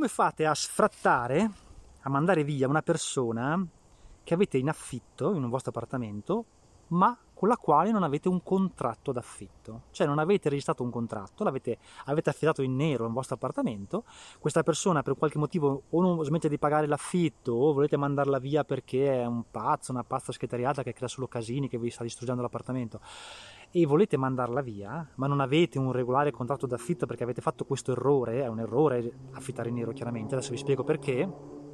come fate a sfrattare, a mandare via una persona che avete in affitto in un vostro appartamento, ma con la quale non avete un contratto d'affitto? Cioè non avete registrato un contratto, avete affittato in nero un vostro appartamento, questa persona per qualche motivo o non smette di pagare l'affitto o volete mandarla via perché è un pazzo, una pazza scriteriata che crea solo casini, che vi sta distruggendo l'appartamento, e volete mandarla via, ma non avete un regolare contratto d'affitto perché avete fatto questo errore. È un errore affittare in nero, chiaramente, adesso vi spiego perché.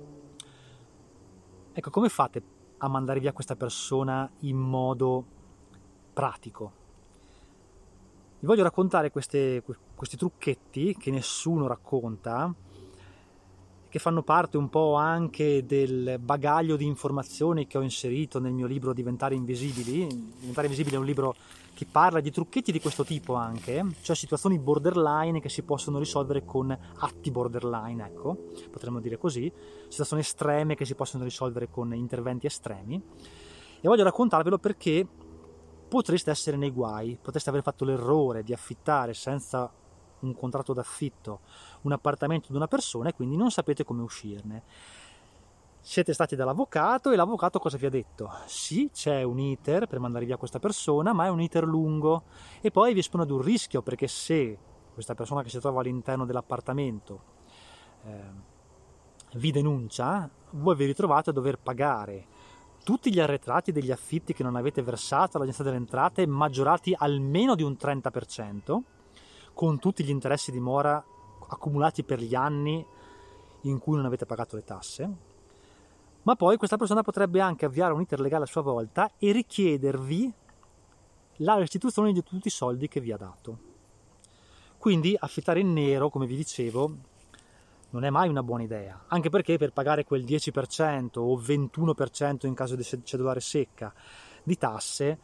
Ecco, come fate a mandare via questa persona in modo pratico? Vi voglio raccontare questi trucchetti che nessuno racconta, che fanno parte un po' anche del bagaglio di informazioni che ho inserito nel mio libro Diventare Invisibili. Diventare Invisibili è un libro che parla di trucchetti di questo tipo anche, cioè situazioni borderline che si possono risolvere con atti borderline, ecco, potremmo dire così, situazioni estreme che si possono risolvere con interventi estremi. E voglio raccontarvelo perché potreste essere nei guai, potreste aver fatto l'errore di affittare senza un contratto d'affitto un appartamento di una persona e quindi non sapete come uscirne. Siete stati dall'avvocato e l'avvocato cosa vi ha detto? Sì, c'è un iter per mandare via questa persona, ma è un iter lungo, e poi vi espone ad un rischio, perché se questa persona che si trova all'interno dell'appartamento vi denuncia, voi vi ritrovate a dover pagare tutti gli arretrati degli affitti che non avete versato all'Agenzia delle Entrate, maggiorati almeno di un 30%, con tutti gli interessi di mora accumulati per gli anni in cui non avete pagato le tasse. Ma poi questa persona potrebbe anche avviare un iter legale a sua volta e richiedervi la restituzione di tutti i soldi che vi ha dato. Quindi affittare in nero, come vi dicevo, non è mai una buona idea, anche perché per pagare quel 10% o 21% in caso di cedolare secca di tasse,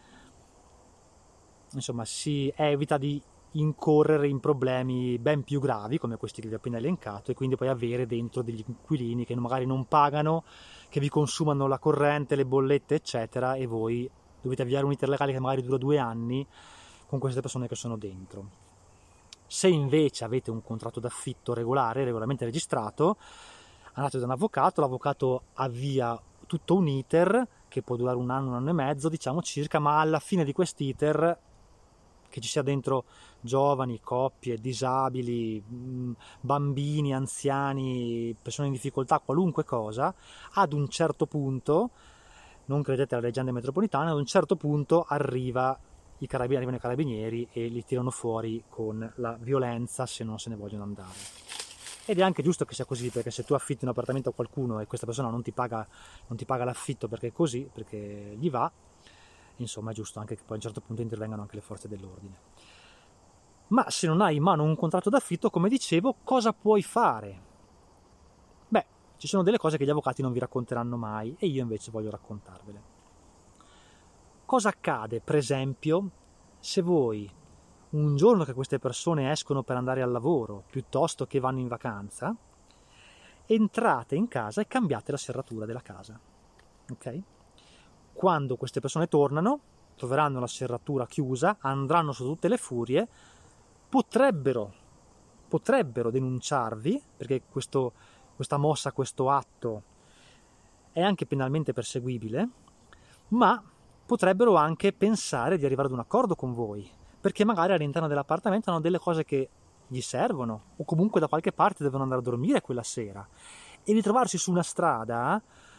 insomma, si evita di incorrere in problemi ben più gravi come questi che vi ho appena elencato, e quindi poi avere dentro degli inquilini che magari non pagano, che vi consumano la corrente, le bollette eccetera, e voi dovete avviare un iter legale che magari dura 2 anni con queste persone che sono dentro. Se invece avete un contratto d'affitto regolare, regolarmente registrato, andate da un avvocato, l'avvocato avvia tutto un iter che può durare un anno e mezzo, diciamo circa, ma alla fine di quest'iter, che ci sia dentro giovani, coppie, disabili, bambini, anziani, persone in difficoltà, qualunque cosa, ad un certo punto, non credete alle leggende metropolitane, ad un certo punto arrivano i carabinieri e li tirano fuori con la violenza se non se ne vogliono andare. Ed è anche giusto che sia così, perché se tu affitti un appartamento a qualcuno e questa persona non ti paga l'affitto perché è così, perché gli va, insomma è giusto anche che poi a un certo punto intervengano anche le forze dell'ordine. Ma se non hai in mano un contratto d'affitto, come dicevo, cosa puoi fare? Beh, ci sono delle cose che gli avvocati non vi racconteranno mai e io invece voglio raccontarvele. Cosa accade, per esempio, se voi un giorno che queste persone escono per andare al lavoro piuttosto che vanno in vacanza, entrate in casa e cambiate la serratura della casa, ok? Quando queste persone tornano, troveranno la serratura chiusa, andranno su tutte le furie, potrebbero denunciarvi, perché questa mossa, questo atto è anche penalmente perseguibile, ma potrebbero anche pensare di arrivare ad un accordo con voi, perché magari all'interno dell'appartamento hanno delle cose che gli servono, o comunque da qualche parte devono andare a dormire quella sera, e ritrovarsi su una strada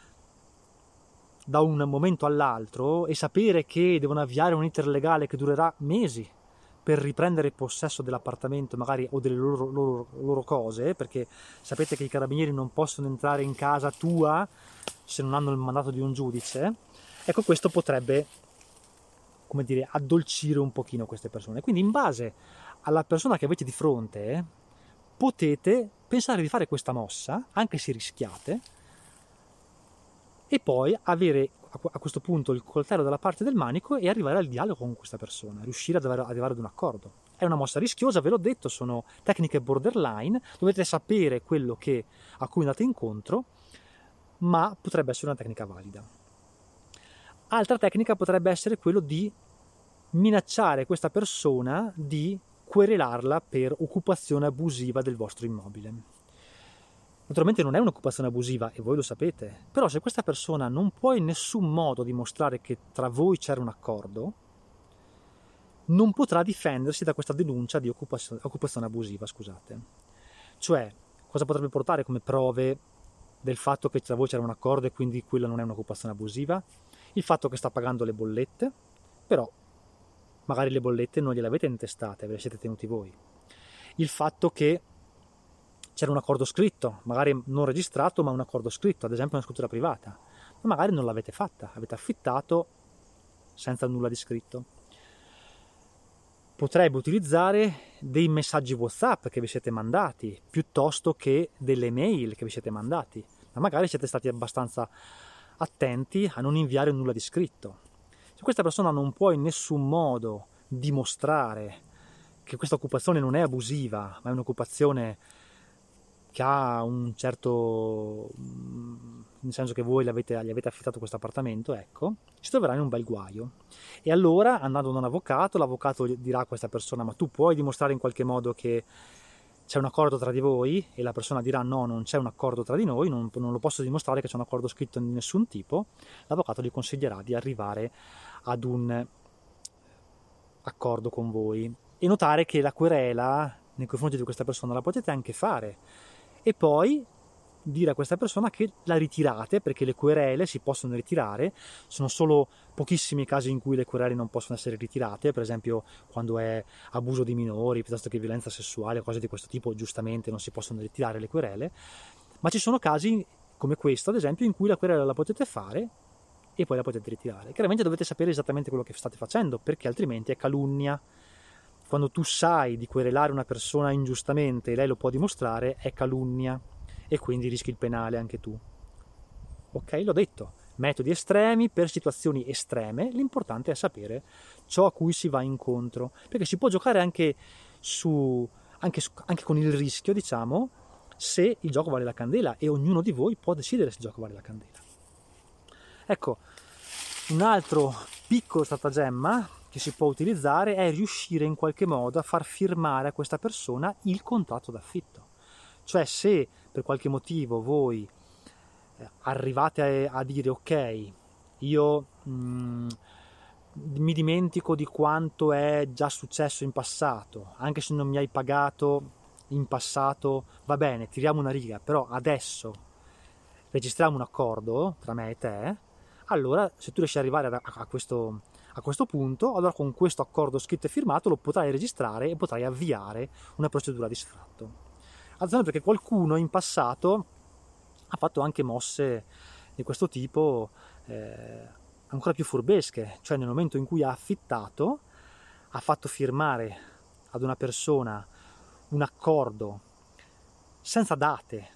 da un momento all'altro e sapere che devono avviare un iter legale che durerà mesi per riprendere possesso dell'appartamento magari o delle loro cose, perché sapete che i carabinieri non possono entrare in casa tua se non hanno il mandato di un giudice. Ecco, questo potrebbe, come dire, addolcire un pochino queste persone. Quindi in base alla persona che avete di fronte potete pensare di fare questa mossa, anche se rischiate, e poi avere a questo punto il coltello dalla parte del manico e arrivare al dialogo con questa persona, riuscire ad arrivare ad un accordo. È una mossa rischiosa, ve l'ho detto, sono tecniche borderline, dovete sapere quello a cui andate incontro, ma potrebbe essere una tecnica valida. Altra tecnica potrebbe essere quello di minacciare questa persona di querelarla per occupazione abusiva del vostro immobile. Naturalmente non è un'occupazione abusiva e voi lo sapete, però se questa persona non può in nessun modo dimostrare che tra voi c'era un accordo, non potrà difendersi da questa denuncia di occupazione abusiva, scusate. Cioè, cosa potrebbe portare come prove del fatto che tra voi c'era un accordo e quindi quella non è un'occupazione abusiva? Il fatto che sta pagando le bollette, però magari le bollette non gliele avete intestate, ve le siete tenuti voi. Il fatto che c'era un accordo scritto, magari non registrato, ma un accordo scritto, ad esempio una scrittura privata, ma magari non l'avete fatta, avete affittato senza nulla di scritto. Potrebbe utilizzare dei messaggi WhatsApp che vi siete mandati, piuttosto che delle mail che vi siete mandati, ma magari siete stati abbastanza attenti a non inviare nulla di scritto. Se questa persona non può in nessun modo dimostrare che questa occupazione non è abusiva, ma è un'occupazione che ha un certo, nel senso che voi gli avete affittato questo appartamento, ecco, si troverà in un bel guaio. E allora, andando da un avvocato, l'avvocato dirà a questa persona: ma tu puoi dimostrare in qualche modo che c'è un accordo tra di voi? E la persona dirà: no, non c'è un accordo tra di noi, non lo posso dimostrare che c'è un accordo scritto di nessun tipo. L'avvocato gli consiglierà di arrivare ad un accordo con voi e notare che la querela nei confronti di questa persona la potete anche fare, e poi dire a questa persona che la ritirate, perché le querele si possono ritirare. Sono solo pochissimi i casi in cui le querele non possono essere ritirate, per esempio quando è abuso di minori piuttosto che violenza sessuale o cose di questo tipo, giustamente non si possono ritirare le querele, ma ci sono casi come questo, ad esempio, in cui la querela la potete fare e poi la potete ritirare. Chiaramente dovete sapere esattamente quello che state facendo, perché altrimenti è calunnia. Quando tu sai di querelare una persona ingiustamente e lei lo può dimostrare, è calunnia e quindi rischi il penale anche tu. Ok, l'ho detto, metodi estremi per situazioni estreme, l'importante è sapere ciò a cui si va incontro, perché si può giocare anche con il rischio, diciamo, se il gioco vale la candela, e ognuno di voi può decidere se il gioco vale la candela. Ecco, un altro piccolo stratagemma che si può utilizzare è riuscire in qualche modo a far firmare a questa persona il contratto d'affitto. Cioè, se per qualche motivo voi arrivate a dire: ok, io mi dimentico di quanto è già successo in passato, anche se non mi hai pagato in passato, va bene, tiriamo una riga, però adesso registriamo un accordo tra me e te. Allora, se tu riesci ad arrivare a questo punto, allora con questo accordo scritto e firmato lo potrai registrare e potrai avviare una procedura di sfratto. Attenzione, perché qualcuno in passato ha fatto anche mosse di questo tipo ancora più furbesche, cioè nel momento in cui ha affittato, ha fatto firmare ad una persona un accordo senza date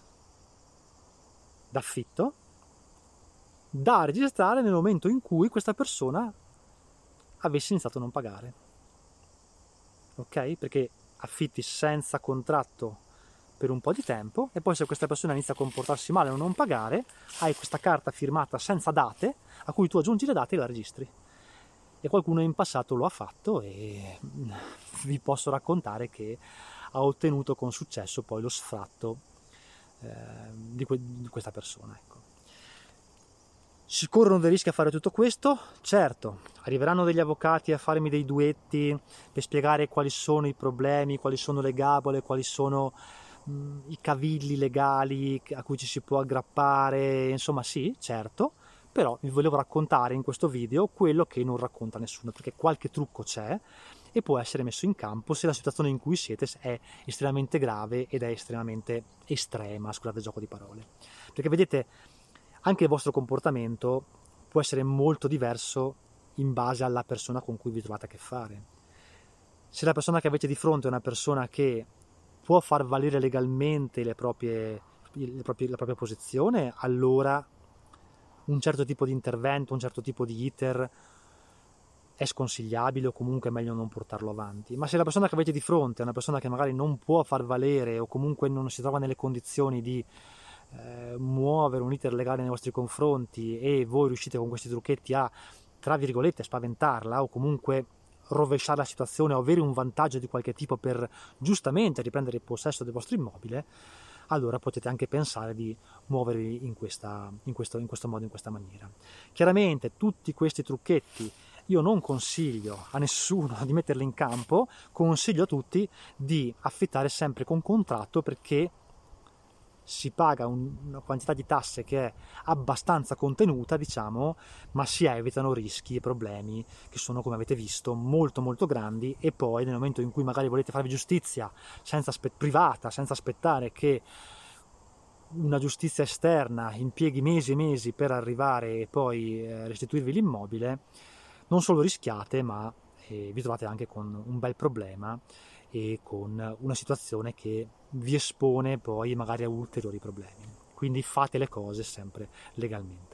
d'affitto da registrare nel momento in cui questa persona avesse iniziato a non pagare. Ok? Perché affitti senza contratto per un po' di tempo e poi, se questa persona inizia a comportarsi male o non pagare, hai questa carta firmata senza date a cui tu aggiungi le date e la registri. E qualcuno in passato lo ha fatto e vi posso raccontare che ha ottenuto con successo poi lo sfratto di questa persona, ecco. Si corrono dei rischi a fare tutto questo? Certo, arriveranno degli avvocati a farmi dei duetti per spiegare quali sono i problemi, quali sono le gabole, quali sono i cavilli legali a cui ci si può aggrappare, insomma sì, certo, però vi volevo raccontare in questo video quello che non racconta nessuno, perché qualche trucco c'è e può essere messo in campo se la situazione in cui siete è estremamente grave ed è estremamente estrema, scusate il gioco di parole. Perché vedete, anche il vostro comportamento può essere molto diverso in base alla persona con cui vi trovate a che fare. Se la persona che avete di fronte è una persona che può far valere legalmente la propria posizione, allora un certo tipo di intervento, un certo tipo di iter è sconsigliabile, o comunque è meglio non portarlo avanti. Ma se la persona che avete di fronte è una persona che magari non può far valere o comunque non si trova nelle condizioni di muovere un iter legale nei vostri confronti, e voi riuscite con questi trucchetti a, tra virgolette, spaventarla o comunque rovesciare la situazione o avere un vantaggio di qualche tipo per giustamente riprendere il possesso del vostro immobile, allora potete anche pensare di muovervi in questo modo, in questa maniera. Chiaramente tutti questi trucchetti io non consiglio a nessuno di metterli in campo, consiglio a tutti di affittare sempre con contratto, perché si paga una quantità di tasse che è abbastanza contenuta, diciamo, ma si evitano rischi e problemi che sono, come avete visto, molto molto grandi, e poi nel momento in cui magari volete farvi giustizia privata, senza aspettare che una giustizia esterna impieghi mesi e mesi per arrivare e poi restituirvi l'immobile, non solo rischiate, ma vi trovate anche con un bel problema e con una situazione che vi espone poi magari a ulteriori problemi. Quindi fate le cose sempre legalmente.